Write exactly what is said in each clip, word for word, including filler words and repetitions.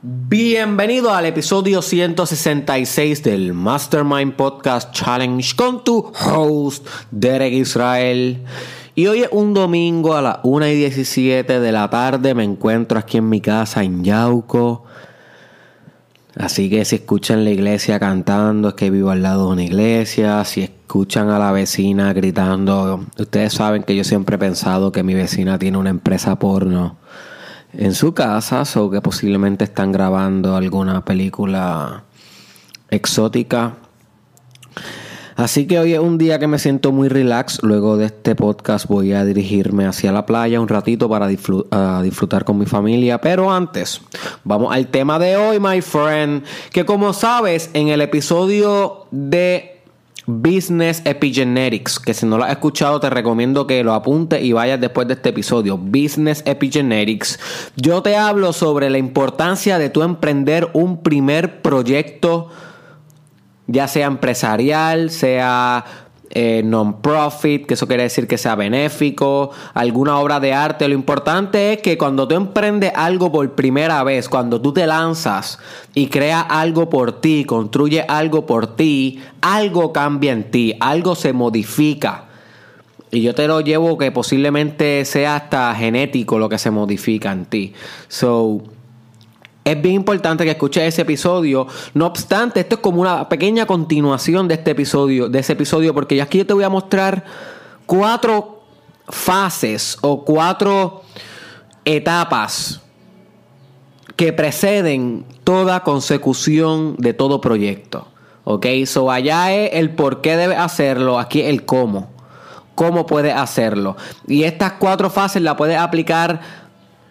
Bienvenido al episodio ciento sesenta y seis del Mastermind Podcast Challenge con tu host Derek Israel. Y hoy es un domingo a las una y diecisiete de la tarde. Me encuentro aquí en mi casa en Yauco. Así que si escuchan la iglesia cantando, es que vivo al lado de una iglesia. Si escuchan a la vecina gritando, ustedes saben que yo siempre he pensado que mi vecina tiene una empresa porno en su casa, o que posiblemente están grabando alguna película exótica. Así que hoy es un día que me siento muy relax. Luego de este podcast voy a dirigirme hacia la playa un ratito para disfr- uh, disfrutar con mi familia. Pero antes, vamos al tema de hoy, my friend. Que como sabes, en el episodio de Business Epigenetics, que si no lo has escuchado te recomiendo que lo apuntes y vayas después de este episodio. Business Epigenetics, yo te hablo sobre la importancia de tú emprender un primer proyecto, ya sea empresarial, sea eh, non-profit, que eso quiere decir que sea benéfico, alguna obra de arte. Lo importante es que cuando tú emprendes algo por primera vez, cuando tú te lanzas y creas algo por ti, construyes algo por ti, algo cambia en ti, algo se modifica. Y yo te lo llevo que posiblemente sea hasta genético lo que se modifica en ti. So, es bien importante que escuches ese episodio. No obstante, esto es como una pequeña continuación de este episodio, de ese episodio, porque aquí yo te voy a mostrar cuatro fases o cuatro etapas que preceden toda consecución de todo proyecto. Ok, so allá es el por qué debes hacerlo, aquí es el cómo. Cómo puedes hacerlo. Y estas cuatro fases las puedes aplicar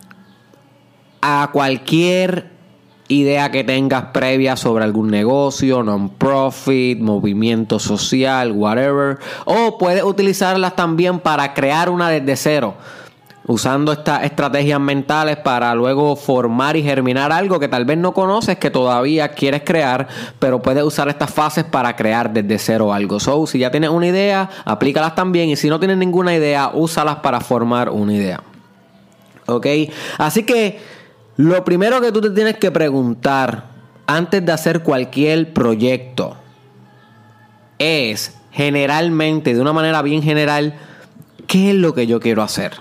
a cualquier idea que tengas previa sobre algún negocio, non-profit, movimiento social, whatever. O puedes utilizarlas también para crear una desde cero, usando estas estrategias mentales para luego formar y germinar algo que tal vez no conoces, que todavía quieres crear, pero puedes usar estas fases para crear desde cero algo. So, si ya tienes una idea, aplícalas también. Y si no tienes ninguna idea, úsalas para formar una idea. ¿Ok? Así que lo primero que tú te tienes que preguntar antes de hacer cualquier proyecto es, generalmente, de una manera bien general, ¿qué es lo que yo quiero hacer?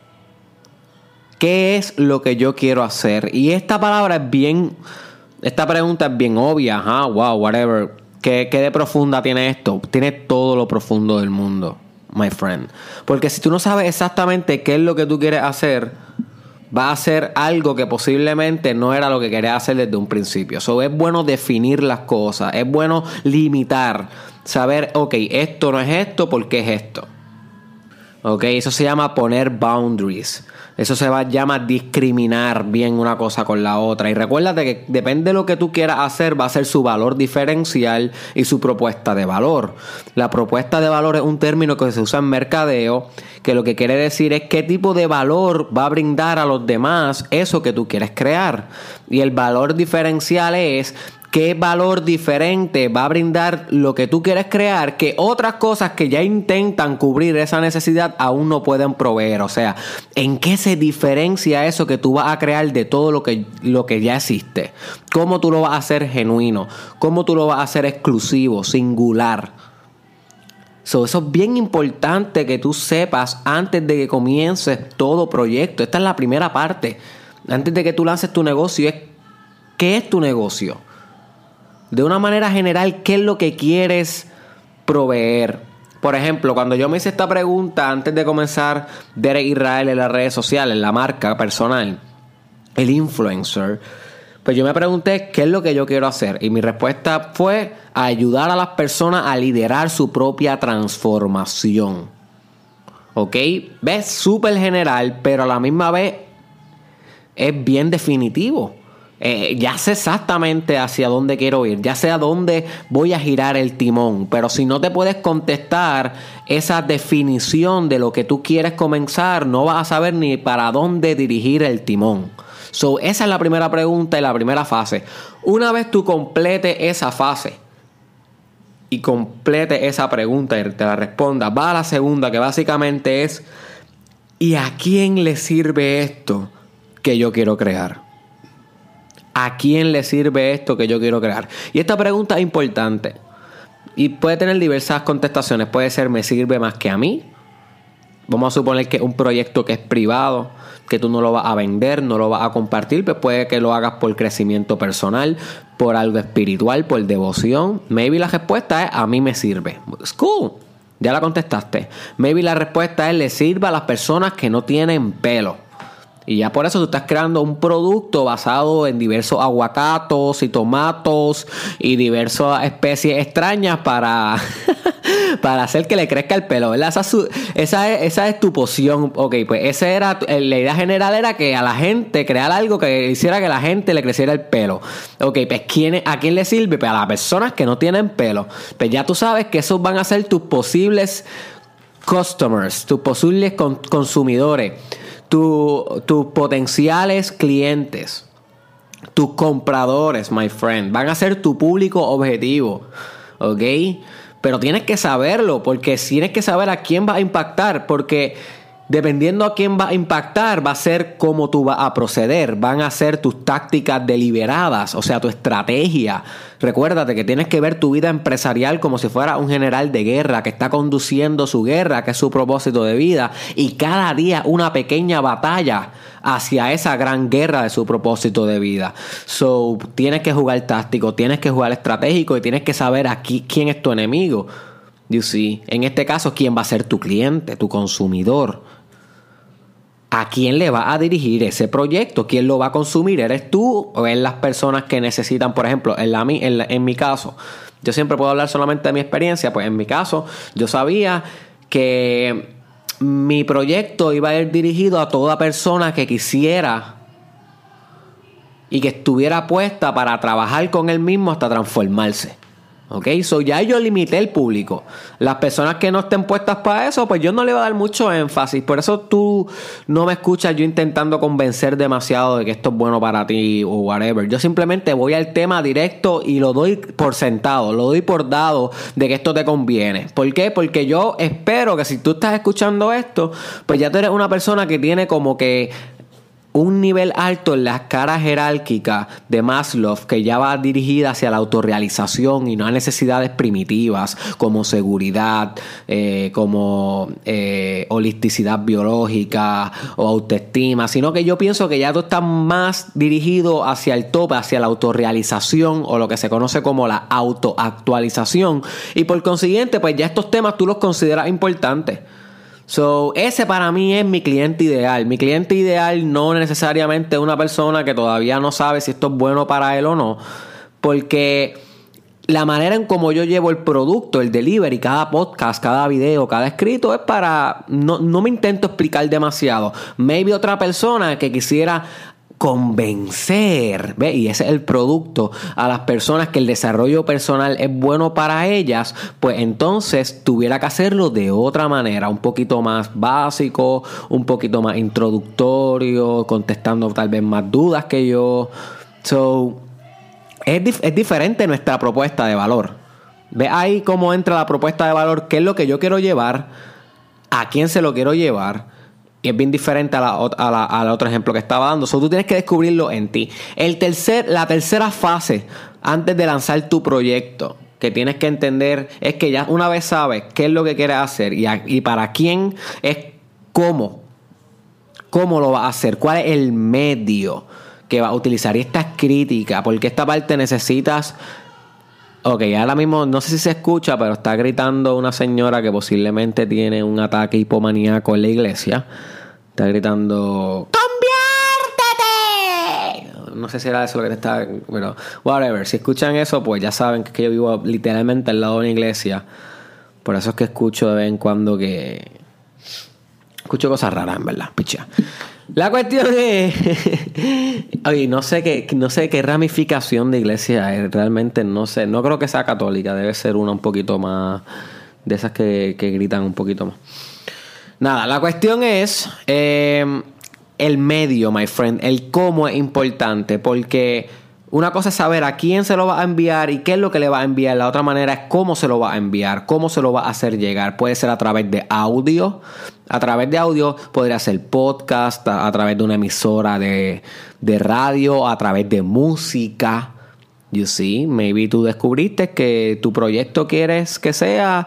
¿Qué es lo que yo quiero hacer? Y esta palabra es bien, esta pregunta es bien obvia. Ajá, wow, whatever. ¿Qué, qué de profunda tiene esto? Tiene todo lo profundo del mundo, my friend. Porque si tú no sabes exactamente qué es lo que tú quieres hacer, va a hacer algo que posiblemente no era lo que querías hacer desde un principio. So, es bueno definir las cosas. Es bueno limitar. Saber, ok, esto no es esto, ¿por qué es esto? Ok, eso se llama poner boundaries. Eso se va, llama discriminar bien una cosa con la otra. Y recuérdate que depende de lo que tú quieras hacer, va a ser su valor diferencial y su propuesta de valor. La propuesta de valor es un término que se usa en mercadeo, que lo que quiere decir es qué tipo de valor va a brindar a los demás eso que tú quieres crear. Y el valor diferencial es qué valor diferente va a brindar lo que tú quieres crear, que otras cosas que ya intentan cubrir esa necesidad aún no pueden proveer. O sea, ¿en qué se diferencia eso que tú vas a crear de todo lo que, lo que ya existe? ¿Cómo tú lo vas a hacer genuino? ¿Cómo tú lo vas a hacer exclusivo, singular? So, eso es bien importante que tú sepas antes de que comiences todo proyecto. Esta es la primera parte. Antes de que tú lances tu negocio, es ¿qué es tu negocio? De una manera general, ¿qué es lo que quieres proveer? Por ejemplo, cuando yo me hice esta pregunta antes de comenzar Derek Israel en las redes sociales, la marca personal, el influencer, pues yo me pregunté qué es lo que yo quiero hacer. Y mi respuesta fue ayudar a las personas a liderar su propia transformación. ¿Ok? ¿Ves? Súper general, pero a la misma vez es bien definitivo. Eh, ya sé exactamente hacia dónde quiero ir, ya sé a dónde voy a girar el timón, pero si no te puedes contestar esa definición de lo que tú quieres comenzar, no vas a saber ni para dónde dirigir el timón. So, esa es la primera pregunta y la primera fase. Una vez tú completes esa fase y complete esa pregunta y te la respondas, va a la segunda, que básicamente es ¿y a quién le sirve esto que yo quiero crear? ¿A quién le sirve esto que yo quiero crear? Y esta pregunta es importante. Y puede tener diversas contestaciones. Puede ser, ¿me sirve más que a mí? Vamos a suponer que es un proyecto que es privado, que tú no lo vas a vender, no lo vas a compartir, pues puede que lo hagas por crecimiento personal, por algo espiritual, por devoción. Maybe la respuesta es, a mí me sirve. It's cool. Ya la contestaste. Maybe la respuesta es, le sirve a las personas que no tienen pelo. Y ya por eso tú estás creando un producto basado en diversos aguacatos y tomatos y diversas especies extrañas para, para hacer que le crezca el pelo, ¿verdad? Esa es, su, esa es, esa es tu poción. Ok, pues esa era la idea general, era que a la gente crear algo que hiciera que a la gente le creciera el pelo. Ok, pues ¿quién, ¿a quién le sirve? Pues a las personas que no tienen pelo. Pues ya tú sabes que esos van a ser tus posibles customers, tus posibles con, consumidores. Tus tu potenciales clientes, tus compradores, my friend, van a ser tu público objetivo, ¿ok? Pero tienes que saberlo, porque tienes que saber a quién va a impactar, porque dependiendo a quién va a impactar, va a ser cómo tú vas a proceder, van a ser tus tácticas deliberadas, o sea, tu estrategia. Recuérdate que tienes que ver tu vida empresarial como si fuera un general de guerra que está conduciendo su guerra, que es su propósito de vida, y cada día una pequeña batalla hacia esa gran guerra de su propósito de vida. So, tienes que jugar táctico, tienes que jugar estratégico y tienes que saber aquí quién es tu enemigo. You see, en este caso, quién va a ser tu cliente, tu consumidor. ¿A quién le va a dirigir ese proyecto? ¿Quién lo va a consumir? ¿Eres tú o es las personas que necesitan? Por ejemplo, en, la, en, la, en mi caso, yo siempre puedo hablar solamente de mi experiencia. Pues en mi caso, yo sabía que mi proyecto iba a ir dirigido a toda persona que quisiera y que estuviera puesta para trabajar con él mismo hasta transformarse. Ok, so ya yo limité el público. Las personas que no estén puestas para eso, pues yo no le voy a dar mucho énfasis. Por eso tú no me escuchas yo intentando convencer demasiado de que esto es bueno para ti o whatever. Yo simplemente voy al tema directo y lo doy por sentado, lo doy por dado de que esto te conviene. ¿Por qué? Porque yo espero que si tú estás escuchando esto, pues ya tú eres una persona que tiene como que un nivel alto en la escala jerárquica de Maslow, que ya va dirigida hacia la autorrealización y no a necesidades primitivas como seguridad, eh, como eh, holisticidad biológica o autoestima, sino que yo pienso que ya tú estás más dirigido hacia el tope, hacia la autorrealización o lo que se conoce como la autoactualización, y por consiguiente pues ya estos temas tú los consideras importantes. So, ese para mí es mi cliente ideal. Mi cliente ideal no necesariamente es una persona que todavía no sabe si esto es bueno para él o no, porque la manera en cómo yo llevo el producto, el delivery, cada podcast, cada video, cada escrito, es para... No, no me intento explicar demasiado. Maybe otra persona que quisiera convencer, ¿ve? Y ese es el producto, a las personas que el desarrollo personal es bueno para ellas, pues entonces tuviera que hacerlo de otra manera, un poquito más básico, un poquito más introductorio, contestando tal vez más dudas que yo. So, es, dif- es diferente nuestra propuesta de valor. Ve ahí cómo entra la propuesta de valor, qué es lo que yo quiero llevar, a quién se lo quiero llevar. Y es bien diferente a la, a la, a la otro ejemplo que estaba dando. So, tú tienes que descubrirlo en ti. El tercer, la tercera fase, antes de lanzar tu proyecto, que tienes que entender, es que ya una vez sabes qué es lo que quieres hacer y, a, y para quién, es cómo. ¿Cómo lo vas a hacer? ¿Cuál es el medio que vas a utilizar? Y esta es crítica, porque esta parte necesitas... Ok, ahora mismo no sé si se escucha, pero está gritando una señora que posiblemente tiene un ataque hipomaníaco en la iglesia. Está gritando ¡conviértete! No sé si era eso lo que te está... Pero whatever, si escuchan eso, pues ya saben que yo vivo literalmente al lado de una iglesia. Por eso es que escucho de vez en cuando que... Escucho cosas raras, en verdad, picha. La cuestión es... Oye, no sé qué, no sé qué ramificación de iglesia es. Realmente no sé. No creo que sea católica. Debe ser una un poquito más... De esas que, que gritan un poquito más. Nada, la cuestión es... Eh, el medio, my friend. El cómo es importante. Porque Una cosa es saber a quién se lo va a enviar y qué es lo que le va a enviar. La otra manera es cómo se lo va a enviar, cómo se lo va a hacer llegar. Puede ser a través de audio. A través de audio podría ser podcast, a, a través de una emisora de, de radio, a través de música. You see, maybe tú descubriste que tu proyecto quieres que sea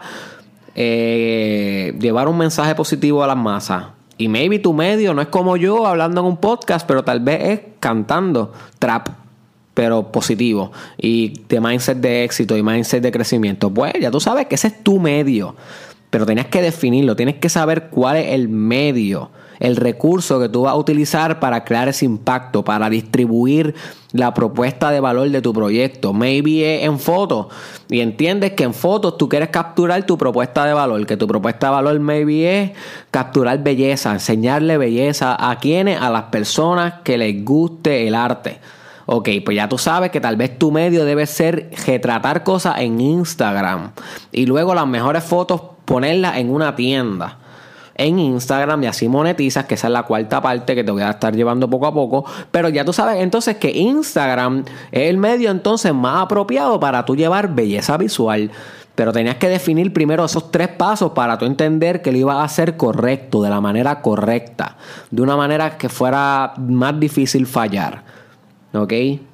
eh, llevar un mensaje positivo a las masas. Y maybe tu medio no es como yo hablando en un podcast, pero tal vez es cantando trap, pero positivo, y de mindset de éxito y mindset de crecimiento. Pues ya tú sabes que ese es tu medio, pero tienes que definirlo, tienes que saber cuál es el medio, el recurso que tú vas a utilizar para crear ese impacto, para distribuir la propuesta de valor de tu proyecto. Maybe es en fotos, y entiendes que en fotos tú quieres capturar tu propuesta de valor, que tu propuesta de valor maybe es capturar belleza, enseñarle belleza a quienes, a las personas que les guste el arte. Ok, pues ya tú sabes que tal vez tu medio debe ser retratar cosas en Instagram y luego las mejores fotos ponerlas en una tienda en Instagram, y así monetizas, que esa es la cuarta parte que te voy a estar llevando poco a poco. Pero ya tú sabes entonces que Instagram es el medio entonces más apropiado para tú llevar belleza visual. Pero tenías que definir primero esos tres pasos para tú entender que lo ibas a hacer correcto, de la manera correcta, de una manera que fuera más difícil fallar. ¿Ok?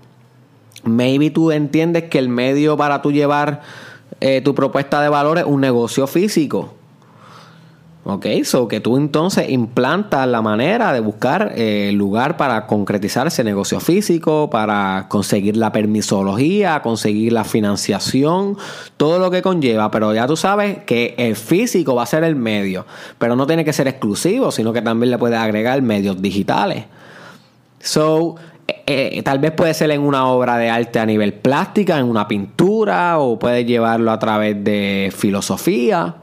Maybe tú entiendes que el medio para tú llevar eh, tu propuesta de valor es un negocio físico. ¿Ok? So que tú entonces implantas la manera de buscar el eh, lugar para concretizar ese negocio físico, para conseguir la permisología, conseguir la financiación, todo lo que conlleva. Pero ya tú sabes que el físico va a ser el medio, pero no tiene que ser exclusivo, sino que también le puedes agregar medios digitales. So Eh, tal vez puede ser en una obra de arte a nivel plástica, en una pintura, o puedes llevarlo a través de filosofía.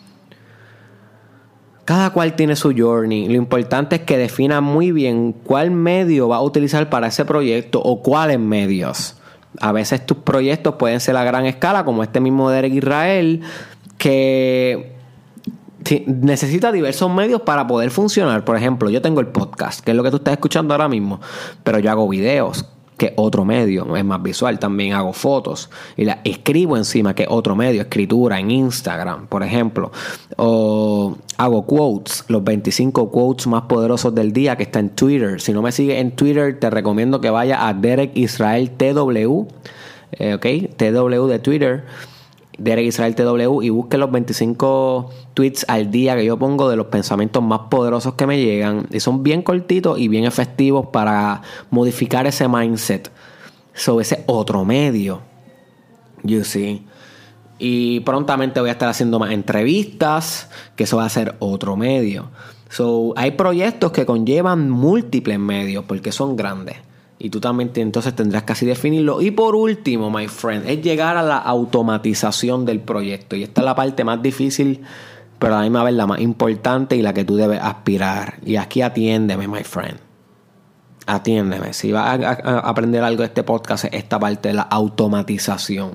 Cada cual tiene su journey. Lo importante es que defina muy bien cuál medio va a utilizar para ese proyecto o cuáles medios. A veces tus proyectos pueden ser a gran escala, como este mismo Derek Israel, que necesita diversos medios para poder funcionar. Por ejemplo, yo tengo el podcast, que es lo que tú estás escuchando ahora mismo, pero yo hago videos, que es otro medio, es más visual. También hago fotos y las escribo encima, que es otro medio, escritura en Instagram, por ejemplo. O hago quotes, los veinticinco quotes más poderosos del día, que está en Twitter. Si no me sigues en Twitter, te recomiendo que vayas a Derek Israel T W, eh, ok, T W de Twitter, Derek Israel T W, y busque los veinticinco tweets al día que yo pongo de los pensamientos más poderosos que me llegan, y son bien cortitos y bien efectivos para modificar ese mindset sobre ese otro medio, you see. Y prontamente voy a estar haciendo más entrevistas, que eso va a ser otro medio. So, hay proyectos que conllevan múltiples medios porque son grandes. Y tú también te, entonces tendrás que así definirlo. Y por último, my friend, es llegar a la automatización del proyecto. Y esta es la parte más difícil, pero a la misma vez la más importante y la que tú debes aspirar. Y aquí atiéndeme, my friend. Atiéndeme. Si vas a, a, a aprender algo de este podcast, es esta parte de la automatización.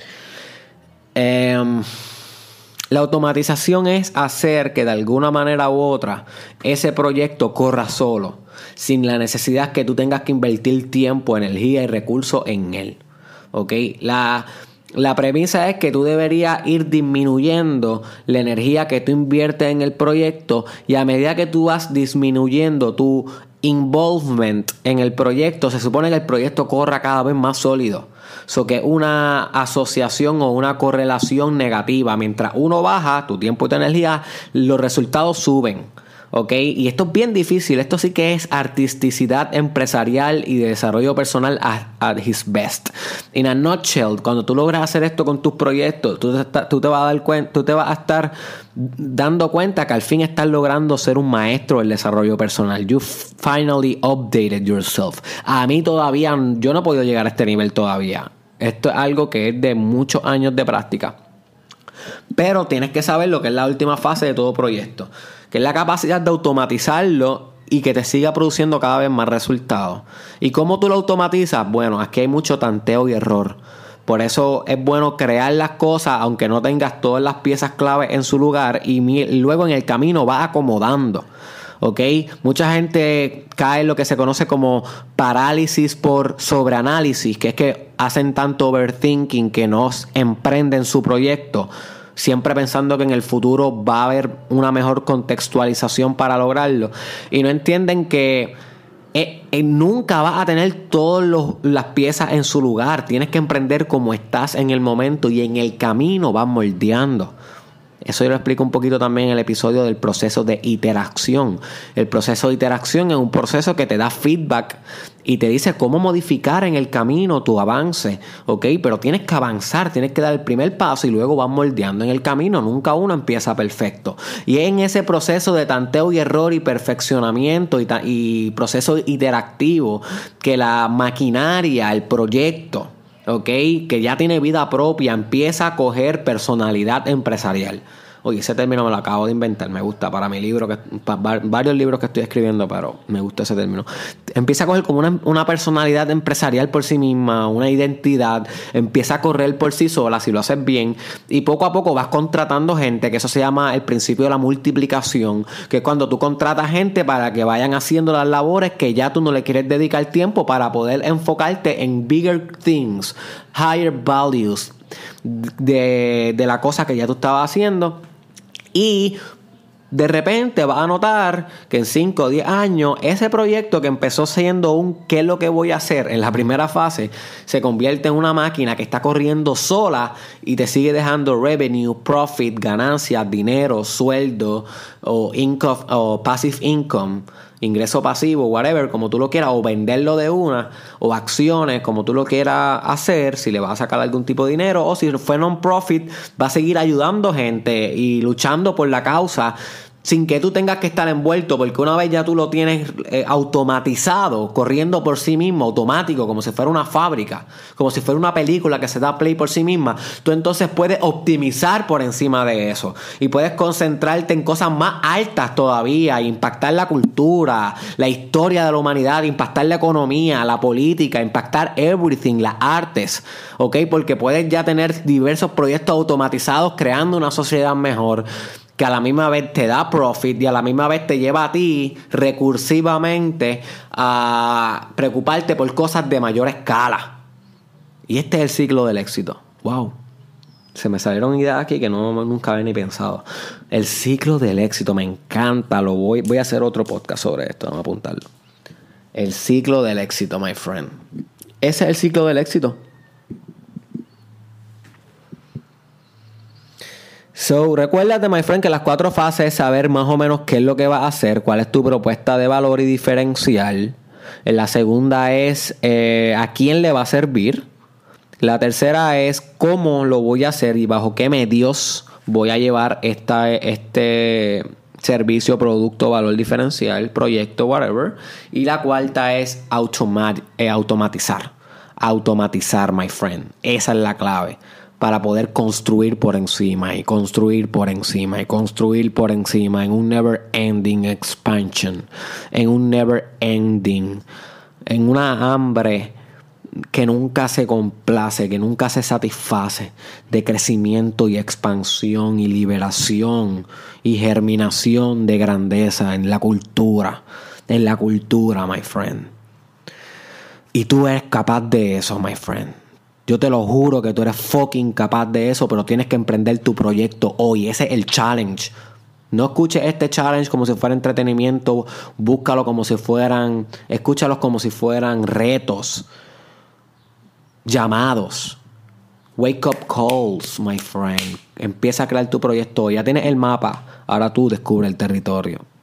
Eh, la automatización es hacer que de alguna manera u otra ese proyecto corra solo, sin la necesidad que tú tengas que invertir tiempo, energía y recursos en él. ¿Ok? La, la premisa es que tú deberías ir disminuyendo la energía que tú inviertes en el proyecto, y a medida que tú vas disminuyendo tu involvement en el proyecto, se supone que el proyecto corra cada vez más sólido. So que una asociación o una correlación negativa. Mientras uno baja tu tiempo y tu energía, los resultados suben. ¿Ok? Y esto es bien difícil. Esto sí que es artisticidad empresarial y de desarrollo personal at, at his best. In a nutshell, cuando tú logras hacer esto con tus proyectos, tú te, tú te vas a dar cuenta, tú te vas a estar dando cuenta que al fin estás logrando ser un maestro del desarrollo personal. You finally updated yourself. A mí todavía, yo no he podido llegar a este nivel todavía. Esto es algo que es de muchos años de práctica. Pero tienes que saber lo que es la última fase de todo proyecto, que es la capacidad de automatizarlo y que te siga produciendo cada vez más resultados. ¿Y cómo tú lo automatizas? Bueno, aquí hay mucho tanteo y error. Por eso es bueno crear las cosas aunque no tengas todas las piezas clave en su lugar, y luego en el camino vas acomodando. ¿ok? Mucha gente cae en lo que se conoce como parálisis por sobreanálisis, que es que hacen tanto overthinking que no emprenden su proyecto, siempre pensando que en el futuro va a haber una mejor contextualización para lograrlo, y no entienden que eh, eh, nunca vas a tener todas las piezas en su lugar. Tienes que emprender como estás en el momento, y en el camino vas moldeando. Eso yo lo explico un poquito también en el episodio del proceso de iteración. El proceso de iteración es un proceso que te da feedback y te dice cómo modificar en el camino tu avance, ¿ok? Pero tienes que avanzar, tienes que dar el primer paso y luego vas moldeando en el camino. Nunca uno empieza perfecto. Y es en ese proceso de tanteo y error y perfeccionamiento y, ta- y proceso iterativo que la maquinaria, el proyecto, ¿ok?, que ya tiene vida propia, empieza a coger personalidad empresarial. Oye, ese término me lo acabo de inventar, me gusta para mi libro, que, para varios libros que estoy escribiendo, pero me gusta ese término. Empieza a coger como una, una personalidad empresarial por sí misma, una identidad, empieza a correr por sí sola si lo haces bien, y poco a poco vas contratando gente, que eso se llama el principio de la multiplicación, que es cuando tú contratas gente para que vayan haciendo las labores que ya tú no le quieres dedicar tiempo, para poder enfocarte en bigger things, higher values de, de la cosa que ya tú estabas haciendo. Y de repente vas a notar que en cinco o diez años ese proyecto que empezó siendo un ¿qué es lo que voy a hacer? En la primera fase se convierte en una máquina que está corriendo sola y te sigue dejando revenue, profit, ganancias, dinero, sueldo o income o passive income, ingreso pasivo, whatever, como tú lo quieras, o venderlo de una, o acciones, como tú lo quieras hacer, si le vas a sacar algún tipo de dinero, o si fue non-profit, va a seguir ayudando gente y luchando por la causa sin que tú tengas que estar envuelto, porque una vez ya tú lo tienes eh, automatizado, corriendo por sí mismo, automático, como si fuera una fábrica, como si fuera una película que se da play por sí misma, tú entonces puedes optimizar por encima de eso y puedes concentrarte en cosas más altas todavía, impactar la cultura, la historia de la humanidad, impactar la economía, la política, impactar everything, las artes, ¿ok? Porque puedes ya tener diversos proyectos automatizados creando una sociedad mejor, que a la misma vez te da profit y a la misma vez te lleva a ti recursivamente a preocuparte por cosas de mayor escala. Y este es el ciclo del éxito. Wow. Se me salieron ideas aquí que no, nunca había ni pensado. El ciclo del éxito me encanta. Lo voy, voy a hacer otro podcast sobre esto. Vamos a apuntarlo. El ciclo del éxito, my friend. Ese es el ciclo del éxito. So, recuérdate, my friend, que las cuatro fases es saber más o menos qué es lo que vas a hacer, cuál es tu propuesta de valor y diferencial. La segunda es eh, a quién le va a servir. La tercera es cómo lo voy a hacer y bajo qué medios voy a llevar esta, este servicio, producto, valor diferencial, proyecto, whatever. Y la cuarta es automat, eh, automatizar. Automatizar, my friend. Esa es la clave. Para poder construir por encima y construir por encima y construir por encima en un never ending expansion, en un never ending, en una hambre que nunca se complace, que nunca se satisface, de crecimiento y expansión y liberación y germinación de grandeza en la cultura, en la cultura, my friend. Y tú eres capaz de eso, my friend. Yo te lo juro que tú eres fucking capaz de eso, pero tienes que emprender tu proyecto hoy. Ese es el challenge. No escuches este challenge como si fuera entretenimiento. Búscalo como si fueran... Escúchalos como si fueran retos. Llamados. Wake up calls, my friend. Empieza a crear tu proyecto hoy. Ya tienes el mapa. Ahora tú descubre el territorio.